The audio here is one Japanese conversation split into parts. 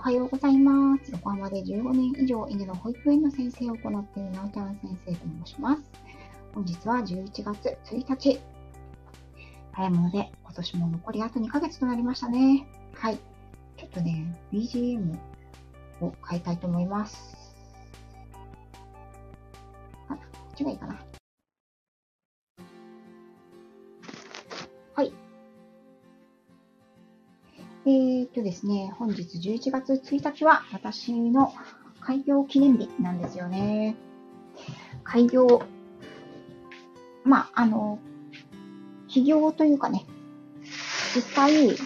はようございます。横浜で15年以上犬の保育園の先生を行っているなおちゃん先生と申します。本日は11月1日。早いもので今年も残りあと2ヶ月となりましたね。はい。ちょっとね、BGM を変えたいと思います。こっちがいいかな。はい。ですね、本日11月1日は私の開業記念日なんですよね。開業、起業というかね、実際、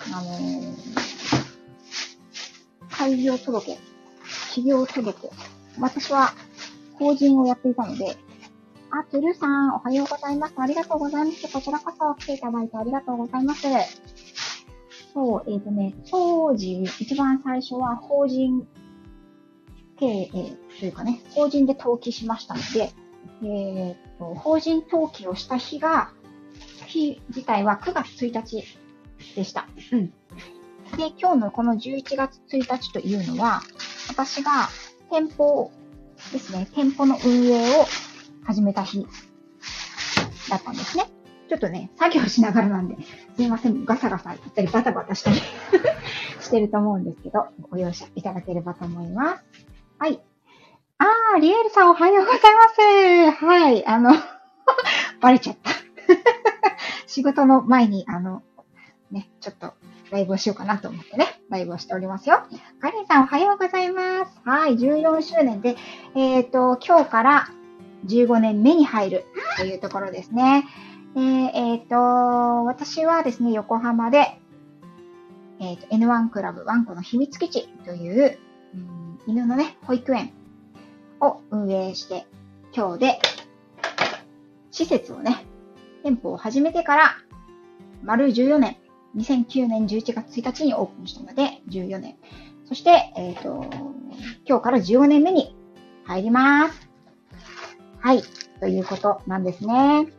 開業届、起業届、私は法人をやっていたので、トゥルーさん、おはようございます。ありがとうございます。こちらこそ来ていただいてありがとうございます。そう、当時、一番最初は法人経営というかね、法人で登記しましたので、法人登記をした日自体は9月1日でした。うん。で、今日のこの11月1日というのは、私が店舗ですね、店舗の運営を始めた日だったんですね。ちょっとね、作業しながらなんで、すいません、ガサガサ言ったりバタバタしたりしてると思うんですけど、ご容赦いただければと思います。はい。リエールさんおはようございます。はい、バレちゃった。仕事の前に、ちょっとライブをしようかなと思ってね、ライブをしておりますよ。カレンさんおはようございます。はい、14周年で、今日から15年目に入るというところですね。私はですね、横浜で、N1 クラブワンコの秘密基地という、犬のね、保育園を運営して、今日で、施設をね、店舗を始めてから、丸14年、2009年11月1日にオープンしたので、14年。そして、今日から15年目に入ります。はい、ということなんですね。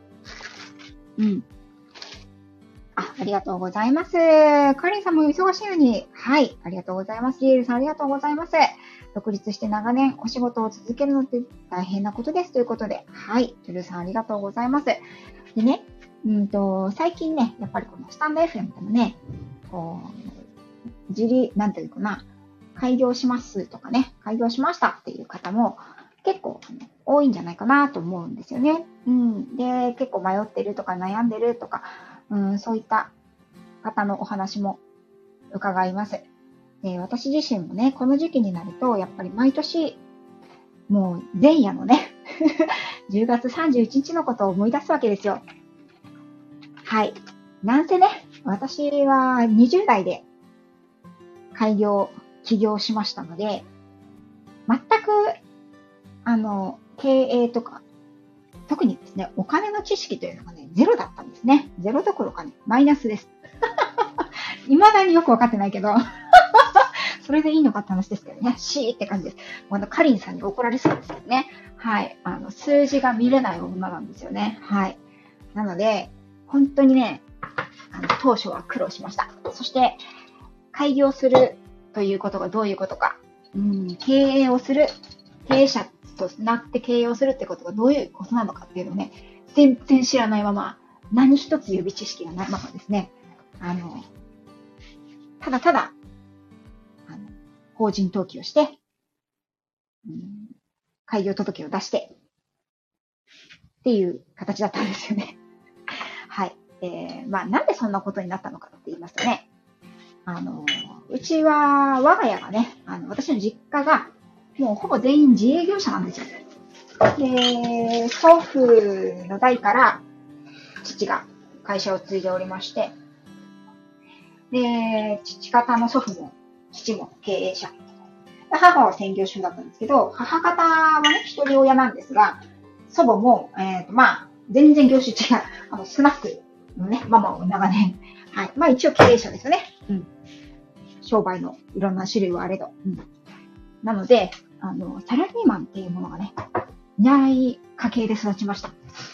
ありがとうございます。カリンさんも忙しいのに、はい、ありがとうございます。リエルさんありがとうございます。独立して長年お仕事を続けるのって大変なことですということで、はい、トゥルーさんありがとうございます。でね、最近ね、やっぱりこのスタンド FM でもね、なんていうかな、開業しますとかね、開業しましたっていう方も結構多いんじゃないかなと思うんですよね。で、結構迷ってるとか悩んでるとか、そういった方のお話も伺います。私自身もね、この時期になると、やっぱり毎年、もう前夜のね、10月31日のことを思い出すわけですよ。はい。なんせね、私は20代で起業しましたので、全く、経営とか、特にですね、お金の知識というのがね、ゼロだったんですね。ゼロどころかね、マイナスです。未だによくわかってないけど、それでいいのかって話ですけどね、シーって感じです。カリンさんに怒られそうですけどね。はい。数字が見れない女なんですよね。はい。なので、本当にね、当初は苦労しました。そして、開業するということがどういうことか。経営をする、経営者となって経営をするってことがどういうことなのかっていうのをね、全然知らないまま、何一つ予備知識がないままですね、ただただ、法人登記をして、開業届を出して、っていう形だったんですよね。はい。なんでそんなことになったのかって言いますとね、うちは、我が家がね、私の実家が、もうほぼ全員自営業者なんですよ。で、祖父の代から父が会社を継いでおりまして、で、父方の祖父も父も経営者。母は専業主婦だったんですけど、母方はね、一人親なんですが、祖母も、全然業種違う、スナックのね、ママを長年、はい。一応経営者ですよね。商売のいろんな種類はあれど。なので、サラリーマンっていうものがね、いない家系で育ちました。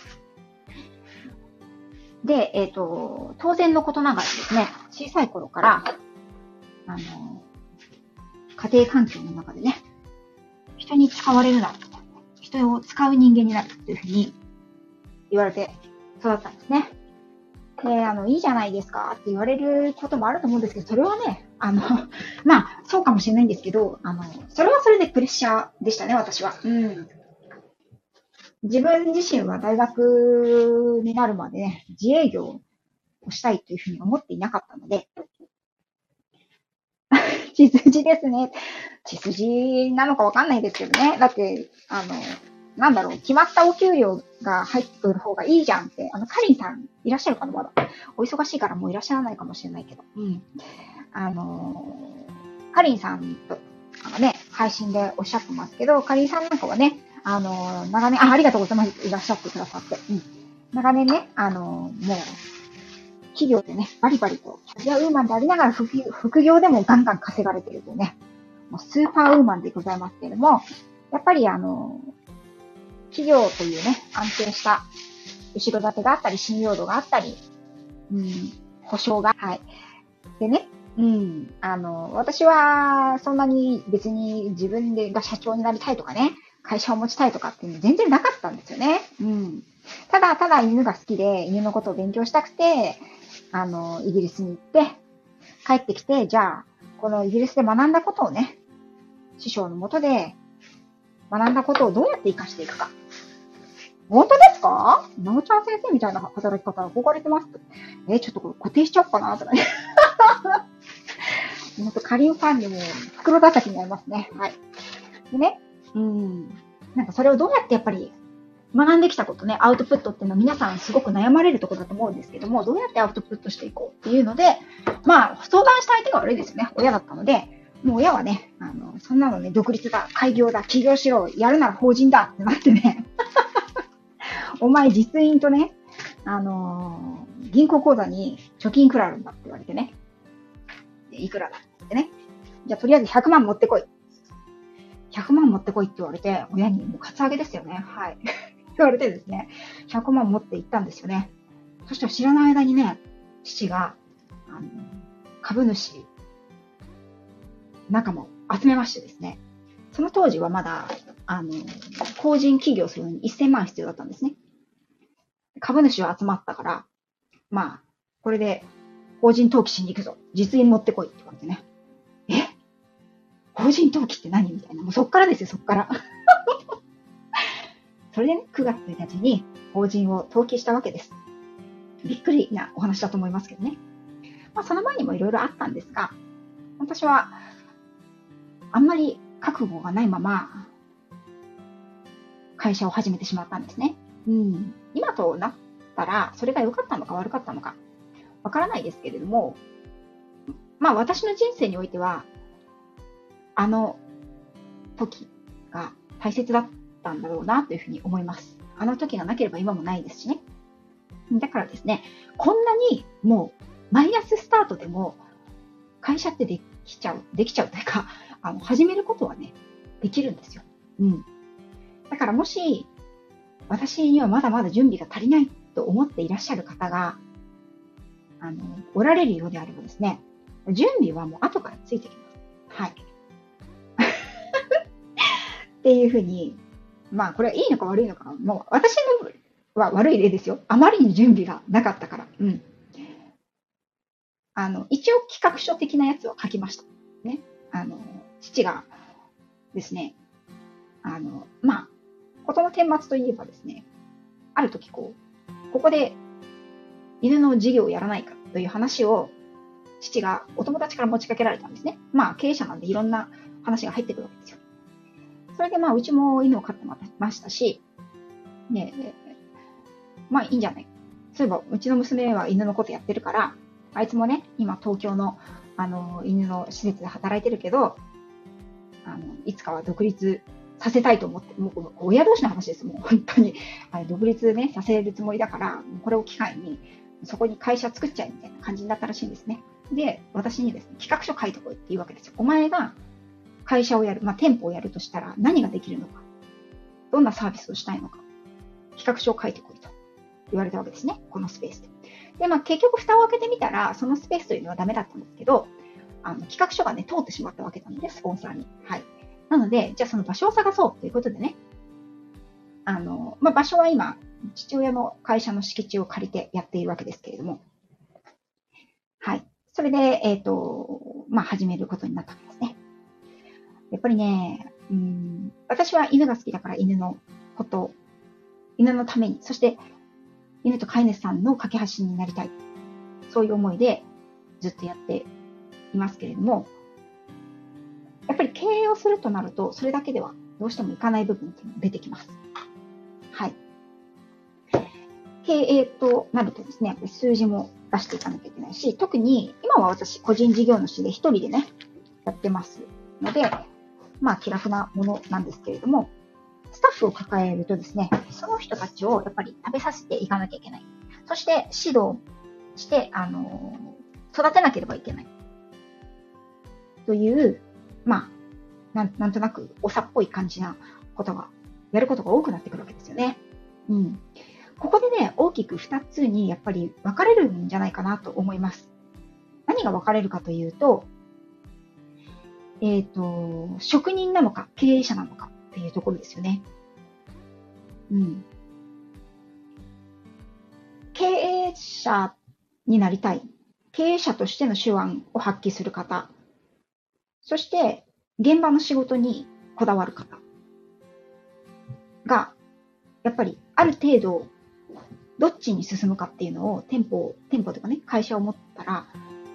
で、当然のことながらですね、小さい頃から、 家庭環境の中でね、人に使われるな、人を使う人間になるっていうふうに言われて育ったんですね。で、いいじゃないですかって言われることもあると思うんですけど、それはね、まあ、そうかもしれないんですけど、それはそれでプレッシャーでしたね、私は。自分自身は大学になるまでね、自営業をしたいというふうに思っていなかったので、血筋ですね。血筋なのかわかんないですけどね。だって、決まったお給料が入ってくる方がいいじゃんって、カリンさんいらっしゃるかなまだ。お忙しいからもういらっしゃらないかもしれないけど。カリンさんとかね、配信でおっしゃってますけど、カリンさんなんかはね、長年、ありがとうございます。いらっしゃってくださって。長年ね、もう、企業でね、バリバリとキャリアウーマンでありながら副業でもガンガン稼がれているというね、もうスーパーウーマンでございますけれども、やっぱり企業というね、安定した後ろ盾があったり、信用度があったり、保証が、はい。でね、私はそんなに別に自分が社長になりたいとかね、会社を持ちたいとかっていうの全然なかったんですよね。ただただ犬が好きで、犬のことを勉強したくて、イギリスに行って、帰ってきて、じゃあ、このイギリスで学んだことをね、師匠のもとで学んだことをどうやって活かしていくか。本当ですか？なおちゃん先生みたいな働き方憧れてます。ちょっとこれ固定しちゃおうかなとかね。ほんと、カリンファンにも袋叩きになりますね。はい。でね、なんかそれをどうやってやっぱり学んできたことね、アウトプットっていうのは皆さんすごく悩まれるところだと思うんですけども、どうやってアウトプットしていこうっていうので、まあ、相談した相手が悪いですよね。親だったので、もう親はね、そんなのね、独立だ、開業だ、起業しろ、やるなら法人だってなってね、お前実印とね、銀行口座に貯金いくらあるんだって言われてね、いくらだってね、じゃあとりあえず100万持ってこい。100万持ってこいって言われて、親にもうカツアゲですよね。はい。言われてですね、100万持って行ったんですよね。そしたら知らない間にね、父が、株主仲間を集めましてですね、その当時はまだ、法人起業するのに1000万必要だったんですね。株主は集まったから、まあ、これで法人登記しに行くぞ。実印持ってこいって言われてね。法人登記って何みたいな。もうそっからですよ、そっから。それでね、9月1日に法人を登記したわけです。びっくりなお話だと思いますけどね。まあ、その前にもいろいろあったんですが、私は、あんまり覚悟がないまま、会社を始めてしまったんですね。今となったら、それが良かったのか悪かったのか、わからないですけれども、まあ私の人生においては、あの時が大切だったんだろうなというふうに思います。あの時がなければ今もないですしね。だからですね、こんなにもうマイナススタートでも会社ってできちゃうというか、始めることはね、できるんですよ。だからもし、私にはまだまだ準備が足りないと思っていらっしゃる方が、おられるようであればですね、準備はもう後からついてきます。はい。っていうふうに、まあこれはいいのか悪いのか、もう私のは悪い例ですよ。あまりに準備がなかったから。一応企画書的なやつを書きました。ね。父がですね、まあ、事の顛末といえばですね、ある時ここで犬の事業をやらないかという話を父がお友達から持ちかけられたんですね。まあ経営者なんでいろんな話が入ってくるわけですよ。それでまあうちも犬を飼ってましたし、ね、まあいいんじゃない。そういえばうちの娘は犬のことやってるから、あいつもね、今東京の犬の施設で働いてるけど、いつかは独立させたいと思って、もう親同士の話です。もう本当に、独立ね、させるつもりだから、これを機会に、そこに会社作っちゃえみたいな感じになったらしいんですね。で、私にですね、企画書書いてこいって言うわけですよ。お前が会社をやる、まあ店舗をやるとしたら何ができるのか、どんなサービスをしたいのか、企画書を書いてこいと言われたわけですね。このスペースで。で、まあ結局蓋を開けてみたら、そのスペースというのはダメだったんですけど、 企画書がね、通ってしまったわけなので、スポンサーに。はい。なので、じゃあその場所を探そうということでね、場所は今、父親の会社の敷地を借りてやっているわけですけれども、はい。それで、始めることになったわけですね。やっぱりね、私は犬が好きだから犬のために、そして犬と飼い主さんの架け橋になりたい。そういう思いでずっとやっていますけれども、やっぱり経営をするとなると、それだけではどうしてもいかない部分っていうのが出てきます。はい。経営となるとですね、やっぱり数字も出していかなきゃいけないし、特に今は私個人事業主で一人でね、やってますので、気楽なものなんですけれども、スタッフを抱えるとですね、その人たちをやっぱり食べさせていかなきゃいけない。そして指導して、育てなければいけない。という、なんとなくおさっぽい感じなことが、やることが多くなってくるわけですよね。ここでね、大きく2つにやっぱり分かれるんじゃないかなと思います。何が分かれるかというと、職人なのか経営者なのかっていうところですよね。経営者になりたい。経営者としての手腕を発揮する方。そして、現場の仕事にこだわる方が、やっぱりある程度、どっちに進むかっていうのを店舗とかね、会社を持ったら、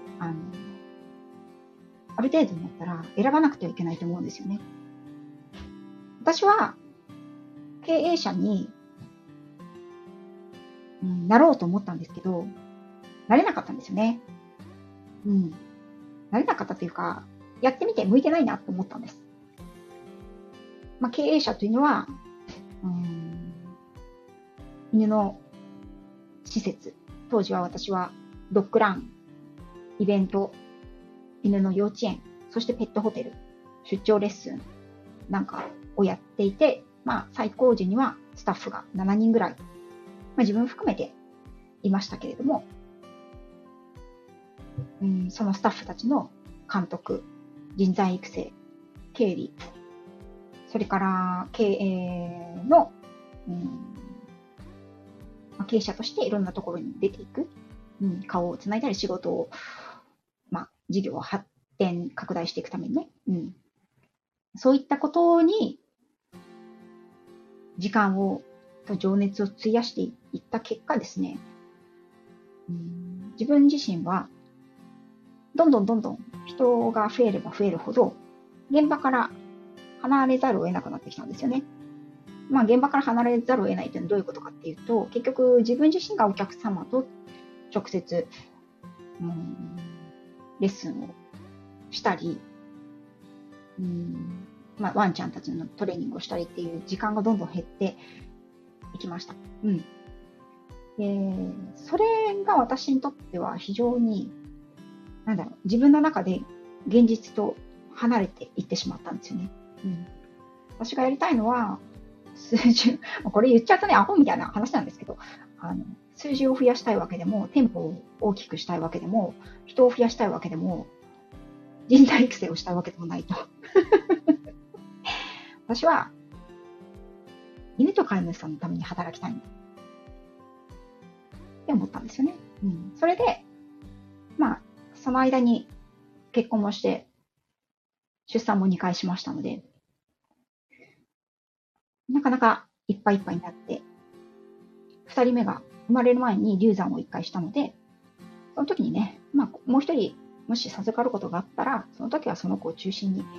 ある程度になったら選ばなくてはいけないと思うんですよね。私は、経営者に、なろうと思ったんですけど、なれなかったんですよね。なれなかったというか、やってみて向いてないなと思ったんです。経営者というのは、犬の施設。当時は私はドッグラン、イベント、犬の幼稚園、そしてペットホテル、出張レッスンなんかをやっていて、最高時にはスタッフが7人ぐらい、自分含めていましたけれども、そのスタッフたちの監督、人材育成、経理、それから経営の、経営者としていろんなところに出ていく、顔をつないだり仕事を、事業を発展、拡大していくためにね、そういったことに時間と情熱を費やしていった結果ですね、自分自身はどんどん人が増えれば増えるほど現場から離れざるを得なくなってきたんですよね。現場から離れざるを得ないというのはどういうことかっていうと、結局自分自身がお客様と直接、レッスンをしたり、ワンちゃんたちのトレーニングをしたりっていう時間がどんどん減っていきました。それが私にとっては非常に、自分の中で現実と離れていってしまったんですよね。私がやりたいのは、これ言っちゃうとね、アホみたいな話なんですけど、数字を増やしたいわけでも、店舗を大きくしたいわけでも、人を増やしたいわけでも、人材育成をしたいわけでもないと。私は、犬と飼い主さんのために働きたいって思ったんですよね。それで、その間に結婚もして、出産も2回しましたので、なかなかいっぱいいっぱいになって、2人目が生まれる前に流産を1回したので、その時にね、もう一人、もし授かることがあったら、その時はその子を中心に、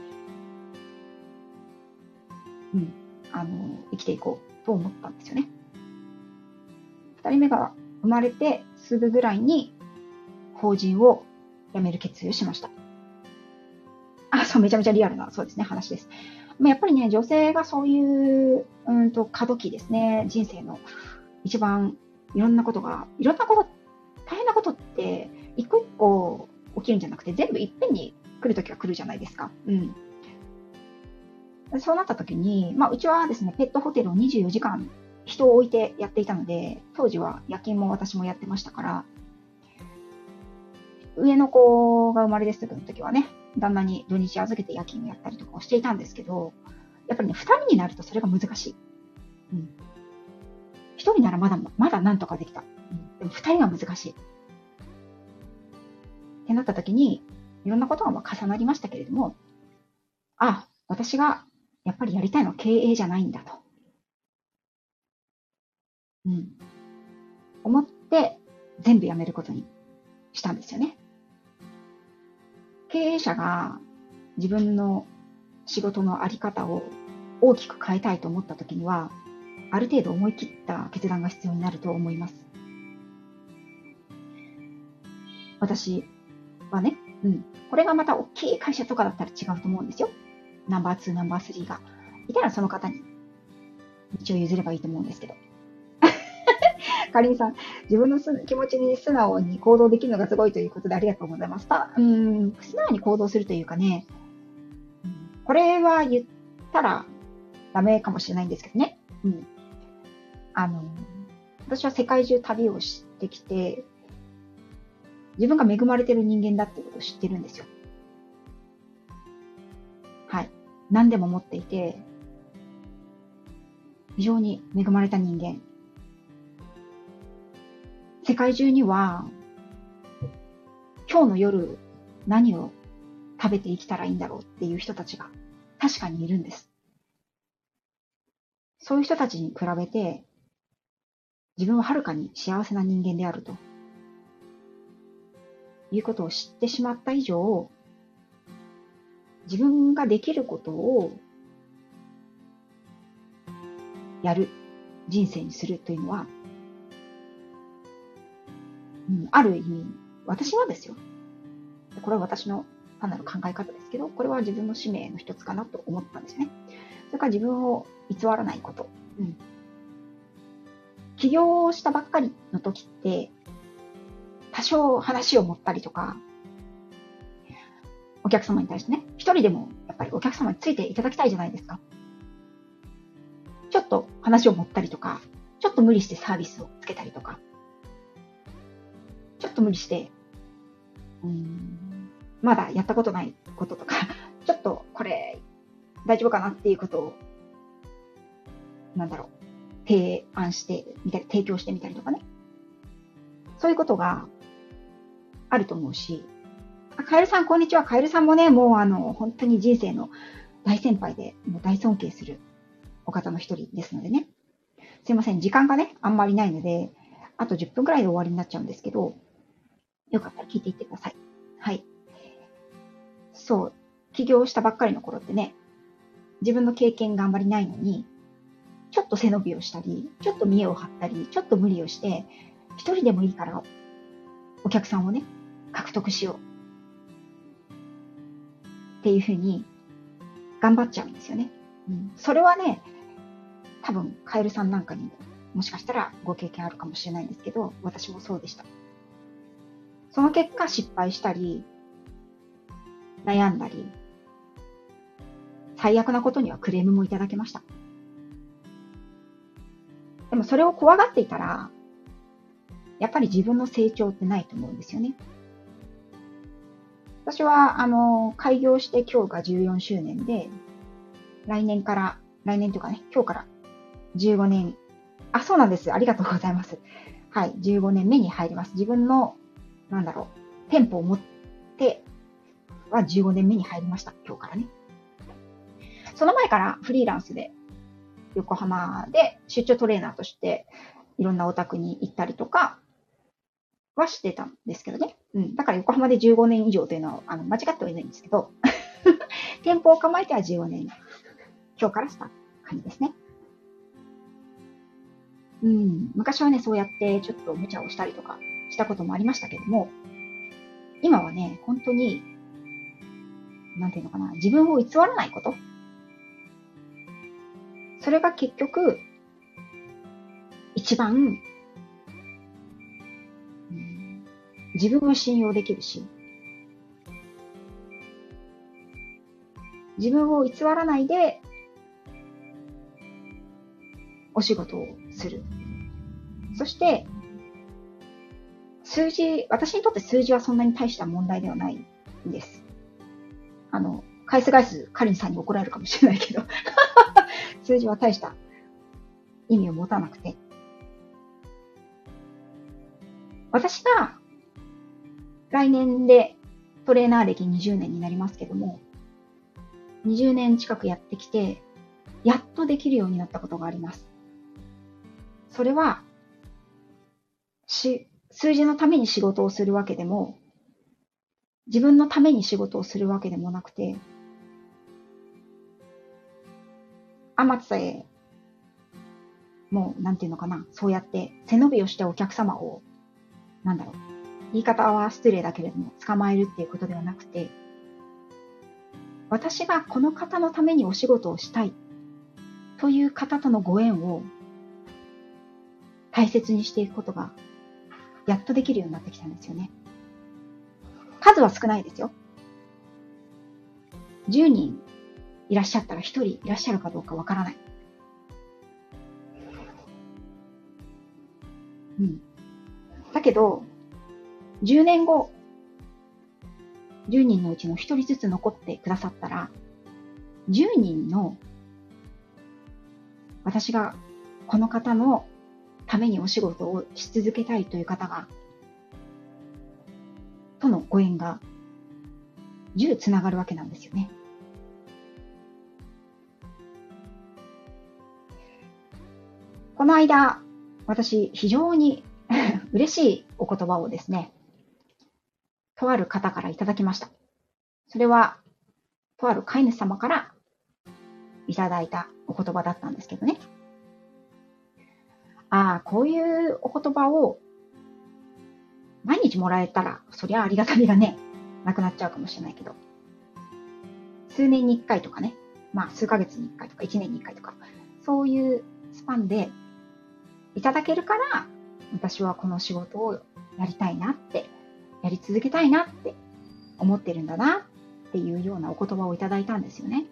生きていこうと思ったんですよね。2人目が生まれてすぐぐらいに、法人を辞める決意をしました。めちゃめちゃリアルな、そうですね、話です。やっぱりね、女性がそういう、過渡期ですね、人生の一番いろんなこと、大変なことって、一個一個起きるんじゃなくて、全部いっぺんに来るときは来るじゃないですか。そうなったときに、うちはですね、ペットホテルを24時間人を置いてやっていたので、当時は夜勤も私もやってましたから、 上の子が生まれてすぐの時はね、旦那に土日預けて夜勤をやったりとかをしていたんですけど、やっぱりね、二人になるとそれが難しい。うん。一人ならまだなんとかできた。うん。でも二人が難しい。ってなった時に、いろんなことが重なりましたけれども、私がやっぱりやりたいのは経営じゃないんだと。うん。思って全部やめることにしたんですよね。経営者が自分の仕事のあり方を大きく変えたいと思った時には、ある程度思い切った決断が必要になると思います。私はね、これがまた大きい会社とかだったら違うと思うんですよ。ナンバー2、ナンバー3がいたらその方に道を譲ればいいと思うんですけど。かりんさん、自分の気持ちに素直に行動できるのがすごいということでありがとうございました。素直に行動するというかね、これは言ったらダメかもしれないんですけどね。私は世界中旅をしてきて、自分が恵まれてる人間だっていうことを知ってるんですよ。はい。何でも持っていて、非常に恵まれた人間。世界中には、今日の夜何を食べて生きたらいいんだろうっていう人たちが確かにいるんです。そういう人たちに比べて、自分ははるかに幸せな人間であるということを知ってしまった以上、自分ができることをやる人生にするというのは、ある意味、私はですよ。これは私の単なる考え方ですけど、これは自分の使命の一つかなと思ったんですね。それから自分を偽らないこと。起業したばっかりの時って、多少話を持ったりとか、お客様に対してね、一人でもやっぱりお客様についていただきたいじゃないですか。ちょっと話を持ったりとか、ちょっと無理してサービスをつけたりとか、ちょっと無理して、まだやったことないこととか、ちょっとこれ大丈夫かなっていうことを、提案してみたり、提供してみたりとかね。そういうことがあると思うし、カエルさん、こんにちは。カエルさんもね、もう本当に人生の大先輩で、もう大尊敬するお方の一人ですのでね。すいません、時間がね、あんまりないので、あと10分くらいで終わりになっちゃうんですけど、よかったら聞いていってください。はい。そう、起業したばっかりの頃ってね、自分の経験があんまりないのに、ちょっと背伸びをしたり、ちょっと見栄を張ったり、ちょっと無理をして、一人でもいいからお客さんをね、獲得しようっていうふうに頑張っちゃうんですよね。それはね、多分カエルさんなんかにもしかしたらご経験あるかもしれないんですけど、私もそうでした。その結果失敗したり、悩んだり、最悪なことにはクレームもいただけました。でもそれを怖がっていたら、やっぱり自分の成長ってないと思うんですよね。私は、開業して今日が14周年で、来年というかね、今日から15年、そうなんです。ありがとうございます。はい、15年目に入ります。自分の、店舗を持っては15年目に入りました。今日からね。その前からフリーランスで、横浜で出張トレーナーとして、いろんなお宅に行ったりとかはしてたんですけどね。だから横浜で15年以上というのは、間違ってはいないんですけど、店舗を構えては15年。今日からスタート感じですね。昔はね、そうやってちょっと無茶をしたりとかしたこともありましたけども、今はね、本当に、自分を偽らないこと。それが結局、一番、自分を信用できるし、自分を偽らないで、お仕事をする。そして、 私にとって数字はそんなに大した問題ではないんです。返すカリンさんに怒られるかもしれないけど、数字は大した意味を持たなくて。私が来年でトレーナー歴20年になりますけども、20年近くやってきて、やっとできるようになったことがあります。それは、数字のために仕事をするわけでも、自分のために仕事をするわけでもなくて、天津へ、もう、なんていうのかな、そうやって背伸びをしてお客様を、言い方は失礼だけれども、捕まえるっていうことではなくて、私がこの方のためにお仕事をしたいという方とのご縁を大切にしていくことが、やっとできるようになってきたんですよね。数は少ないですよ。10人いらっしゃったら1人いらっしゃるかどうかわからない。だけど、10年後、10人のうちの1人ずつ残ってくださったら、10人の私がこの方のためにお仕事をし続けたいという方が、とのご縁が10つながるわけなんですよね。この間、私非常に嬉しいお言葉をですね、とある方からいただきました。それは、とある飼い主様からいただいたお言葉だったんですけどね。こういうお言葉を毎日もらえたら、そりゃありがたみがね、なくなっちゃうかもしれないけど、数年に1回とかね、数ヶ月に1回とか1年に1回とか、そういうスパンでいただけるから、私はこの仕事をやりたいなって、やり続けたいなって思ってるんだなっていうようなお言葉をいただいたんですよね。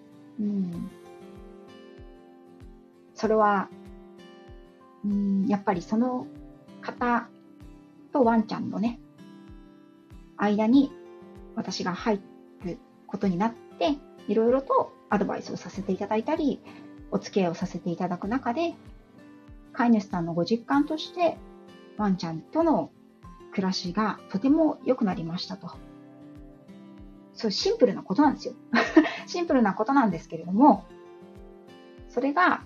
それは、やっぱりその方とワンちゃんのね、間に私が入ることになって、いろいろとアドバイスをさせていただいたり、お付き合いをさせていただく中で、飼い主さんのご実感として、ワンちゃんとの暮らしがとても良くなりましたと。そうシンプルなことなんですよ。シンプルなことなんですけれども、それが、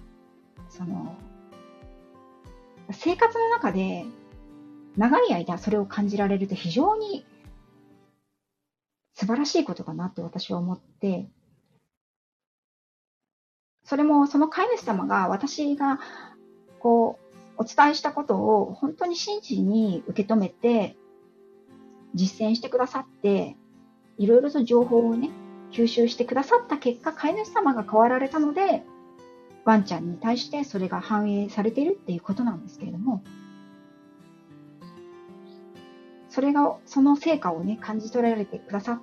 生活の中で長い間それを感じられると非常に素晴らしいことだなって私は思って、それもその飼い主様が私がお伝えしたことを本当に真摯に受け止めて実践してくださって、いろいろと情報をね、吸収してくださった結果、飼い主様が変わられたので、ワンちゃんに対してそれが反映されているっていうことなんですけれども、その成果をね、感じ取られてくださって、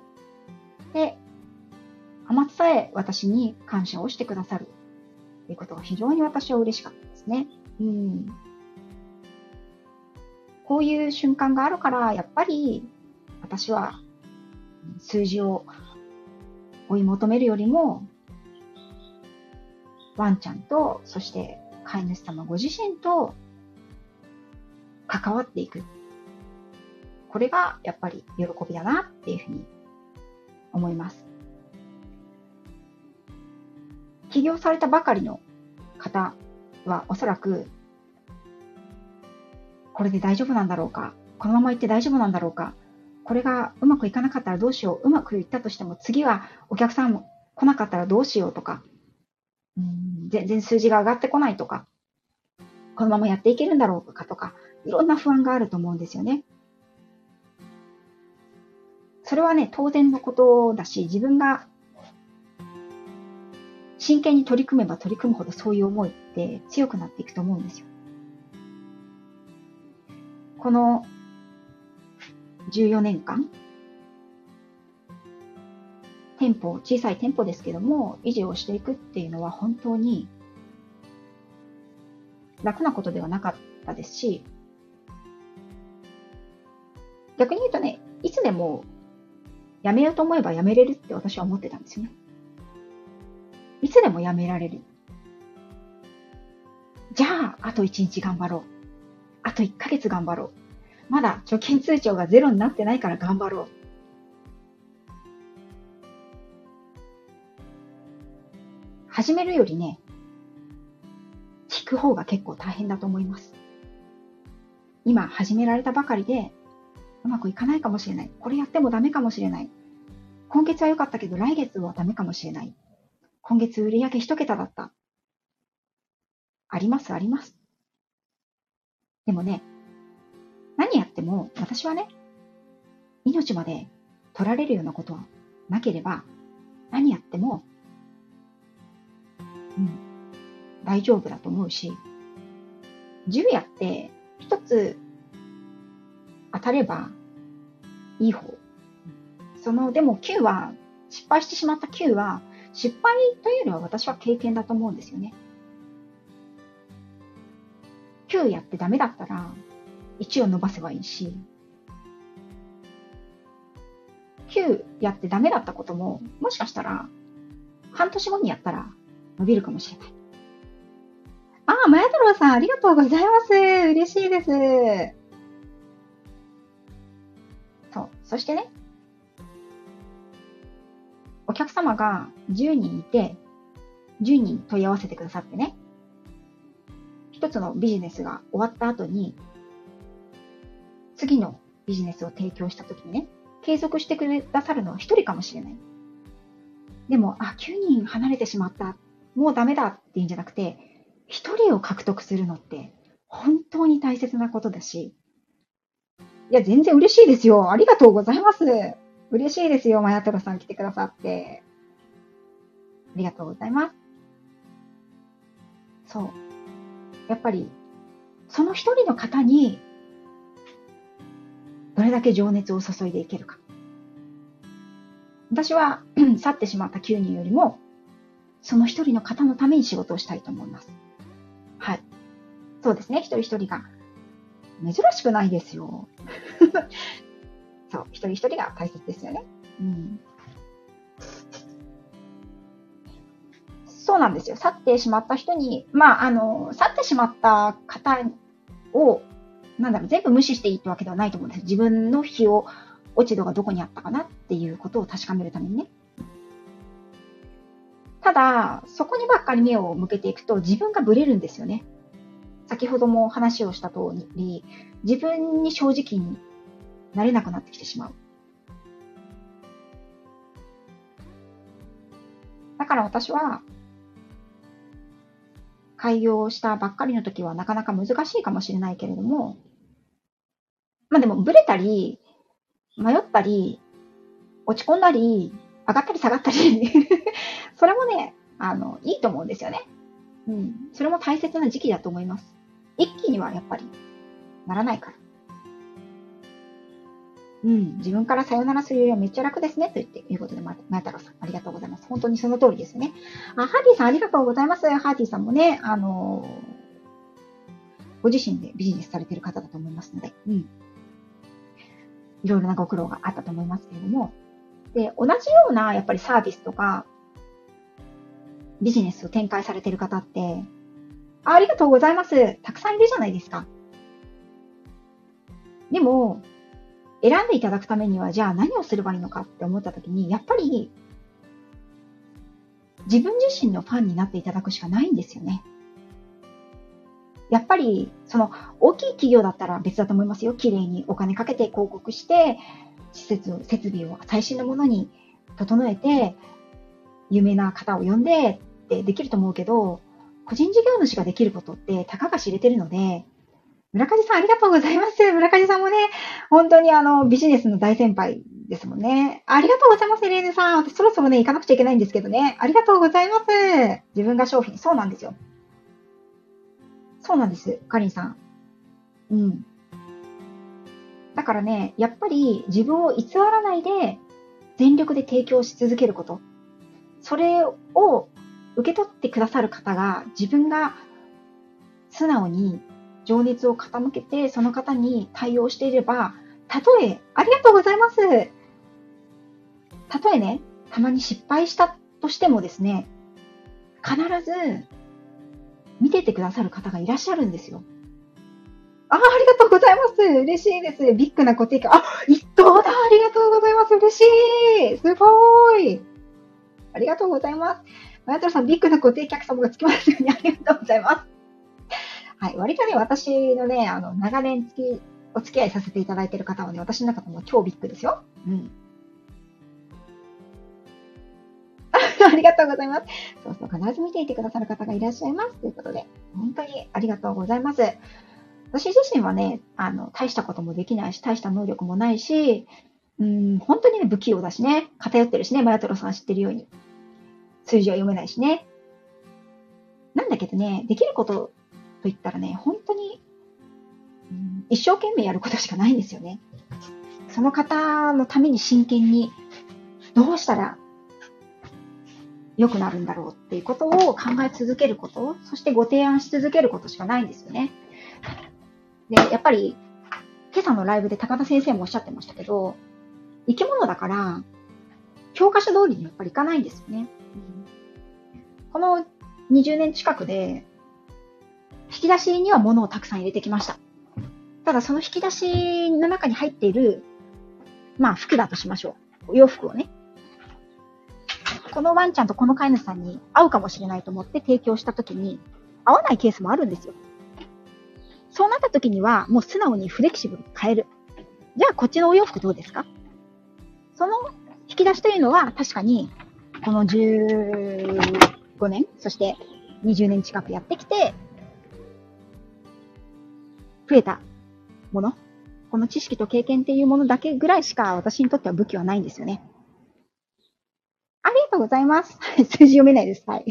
天津さえ私に感謝をしてくださるということが非常に私は嬉しかったですね。こういう瞬間があるから、やっぱり私は数字を追い求めるよりも、ワンちゃんと、そして飼い主様ご自身と関わっていく。これがやっぱり喜びだなっていうふうに思います。起業されたばかりの方はおそらく、これで大丈夫なんだろうか、このまま行って大丈夫なんだろうか、これがうまくいかなかったらどうしよう、うまくいったとしても次はお客さんも来なかったらどうしようとか、全然数字が上がってこないとか、このままやっていけるんだろうかとか、いろんな不安があると思うんですよね。それはね、当然のことだし、自分が真剣に取り組めば取り組むほどそういう思いって強くなっていくと思うんですよ。この14年間、小さい店舗ですけども、維持をしていくっていうのは本当に楽なことではなかったですし、 逆に言うとね、いつでもやめようと思えばやめれるって私は思ってたんですよね。いつでもやめられる。じゃあ、あと1日頑張ろう。あと1ヶ月頑張ろう。まだ貯金通帳がゼロになってないから頑張ろう。始めるよりね、聞く方が結構大変だと思います。今始められたばかりでうまくいかないかもしれない。これやってもダメかもしれない。今月は良かったけど来月はダメかもしれない。今月売上1桁だった。ありますあります。でもね、何やっても私はね、命まで取られるようなことはなければ、何やっても、大丈夫だと思うし、10やって一つ当たればいい方。でも9は、失敗してしまった9は、失敗というよりは私は経験だと思うんですよね。9やってダメだったら、1を伸ばせばいいし、9やってダメだったことも、もしかしたら、半年後にやったら伸びるかもしれない。まや太郎さん、ありがとうございます。嬉しいです。そう。そしてね、お客様が10人いて、10人問い合わせてくださってね、一つのビジネスが終わった後に、次のビジネスを提供したときにね、継続してくださるのは一人かもしれない。でも、9人離れてしまった。もうダメだっていうんじゃなくて、一人を獲得するのって本当に大切なことだし、いや、全然嬉しいですよ。ありがとうございます。嬉しいですよ。まやとろさん来てくださって。ありがとうございます。そう。やっぱり、その一人の方に、どれだけ情熱を注いでいけるか。私は、去ってしまった9人よりも、その一人の方のために仕事をしたいと思います。はい。そうですね。一人一人が。珍しくないですよ。そう。一人一人が大切ですよね。そうなんですよ。去ってしまった人に、去ってしまった方を、全部無視していいってわけではないと思うんです。自分の落ち度がどこにあったかなっていうことを確かめるためにね。ただ、そこにばっかり目を向けていくと自分がブレるんですよね。先ほども話をした通り、自分に正直になれなくなってきてしまう。だから私は、開業したばっかりの時はなかなか難しいかもしれないけれども、でもブレたり、迷ったり、落ち込んだり、上がったり下がったりそれもね、いいと思うんですよね。それも大切な時期だと思います。一気にはやっぱりならないから。自分からさよならするよりはめっちゃ楽ですね、ということで、まや太郎さん、ありがとうございます。本当にその通りですよね。ハーティさん、ありがとうございます。ハーティさんもね、ご自身でビジネスされている方だと思いますので、いろいろなご苦労があったと思いますけれども、で、同じような、やっぱりサービスとか、ビジネスを展開されている方って、ありがとうございます。たくさんいるじゃないですか。でも、選んでいただくためには、じゃあ何をすればいいのかって思ったときに、やっぱり、自分自身のファンになっていただくしかないんですよね。やっぱり、大きい企業だったら別だと思いますよ。綺麗にお金かけて広告して、設備を最新のものに整えて、有名な方を呼んでってできると思うけど、個人事業主ができることってたかが知れてるので、村上さんありがとうございます。村上さんもね、本当にビジネスの大先輩ですもんね。ありがとうございます、エレーヌさん。私そろそろね、行かなくちゃいけないんですけどね。ありがとうございます。自分が商品。そうなんですよ。そうなんです、かりんさん。だからね、やっぱり自分を偽らないで全力で提供し続けること。それを受け取ってくださる方が自分が素直に情熱を傾けてその方に対応していればありがとうございます。たとえね、たまに失敗したとしてもですね、必ず見ててくださる方がいらっしゃるんですよ。ありがとうございます。嬉しいです。ビッグなご提供。一等だ。ありがとうございます。嬉しい。すごい。ありがとうございます。マヤトロさん、ビッグなご提客様がつきますようにありがとうございます。はい。割とね、私のね、長年お付き合いさせていただいている方はね、私の中でも超ビッグですよ。うん。ありがとうございます。そうそう、必ず見ていてくださる方がいらっしゃいます。ということで、本当にありがとうございます。私自身はね、大したこともできないし、大した能力もないし、本当にね、不器用だしね、偏ってるしね、マヤトロさん知ってるように。数字は読めないしね。なんだけどね、できることと言ったらね、本当に、一生懸命やることしかないんですよね。その方のために真剣に、どうしたら良くなるんだろうっていうことを考え続けること、そしてご提案し続けることしかないんですよね。で、やっぱり、今朝のライブで高田先生もおっしゃってましたけど、生き物だから、教科書通りにやっぱりいかないんですよね。この20年近くで、引き出しには物をたくさん入れてきました。ただその引き出しの中に入っている、服だとしましょう。お洋服をね。このワンちゃんとこの飼い主さんに合うかもしれないと思って提供したときに、合わないケースもあるんですよ。そうなったときには、もう素直にフレキシブルに変える。じゃあこっちのお洋服どうですか？その引き出しというのは確かに、この15年、そして20年近くやってきて、増えたもの。この知識と経験っていうものだけぐらいしか私にとっては武器はないんですよね。ありがとうございます。数字読めないです。はい。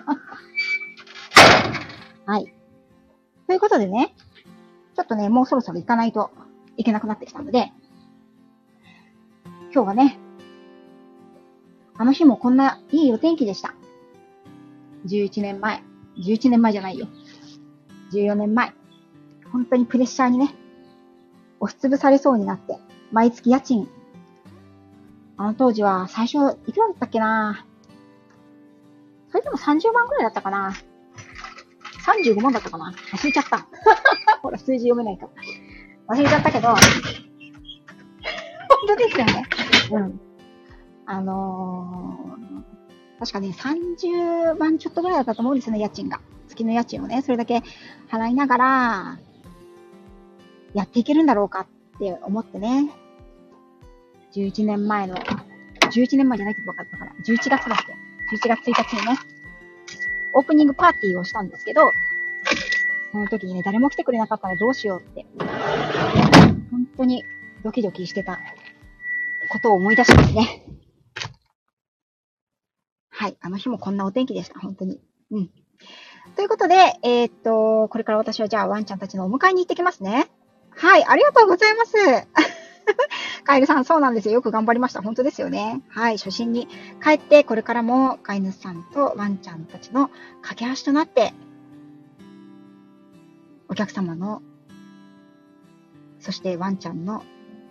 はい。ということでね、ちょっとね、もうそろそろ行かないといけなくなってきたので、今日はね、あの日もこんないいお天気でした。11年前じゃないよ。14年前。本当にプレッシャーにね、押しつぶされそうになって、毎月家賃。あの当時は最初、いくらだったっけな？それでも30万くらいだったかな？35万だったかな？忘れちゃった。ほら、数字読めないから。忘れちゃったけど、本当ですよね。うん。確かね、30万ちょっとぐらいだったと思うんですよね、家賃が。月の家賃をね、それだけ払いながら、やっていけるんだろうかって思ってね。11年前じゃないって分かったから、11月だっけ ?11 月1日にね、オープニングパーティーをしたんですけど、その時にね、誰も来てくれなかったらどうしようって、本当にドキドキしてたことを思い出しますね。はい、あの日もこんなお天気でした、本当に。うん。ということで、これから私はじゃあワンちゃんたちのお迎えに行ってきますね。はい、ありがとうございます。カエルさん、そうなんですよ。よく頑張りました。本当ですよね。はい、初心に帰って、これからも飼い主さんとワンちゃんたちの架け橋となって、お客様の、そしてワンちゃんの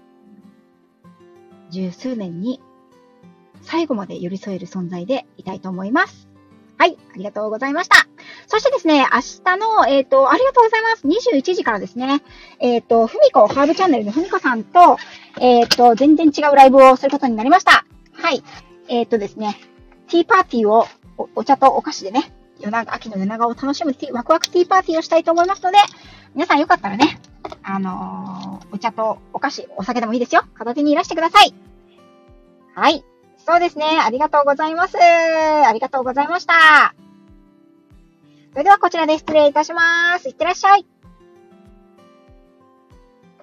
十数年に最後まで寄り添える存在でいたいと思います。はい、ありがとうございました。そしてですね、明日の、ありがとうございます。21時からですね、ふみこハーブチャンネルのふみこさんと、全然違うライブをすることになりました。はい。ですね、ティーパーティーをお茶とお菓子でね、秋の夜長を楽しむワクワクティーパーティーをしたいと思いますので、皆さんよかったらね、お茶とお菓子、お酒でもいいですよ。片手にいらしてください。はい。そうですね。ありがとうございます。ありがとうございました。それではこちらで失礼いたします。いってらっしゃい。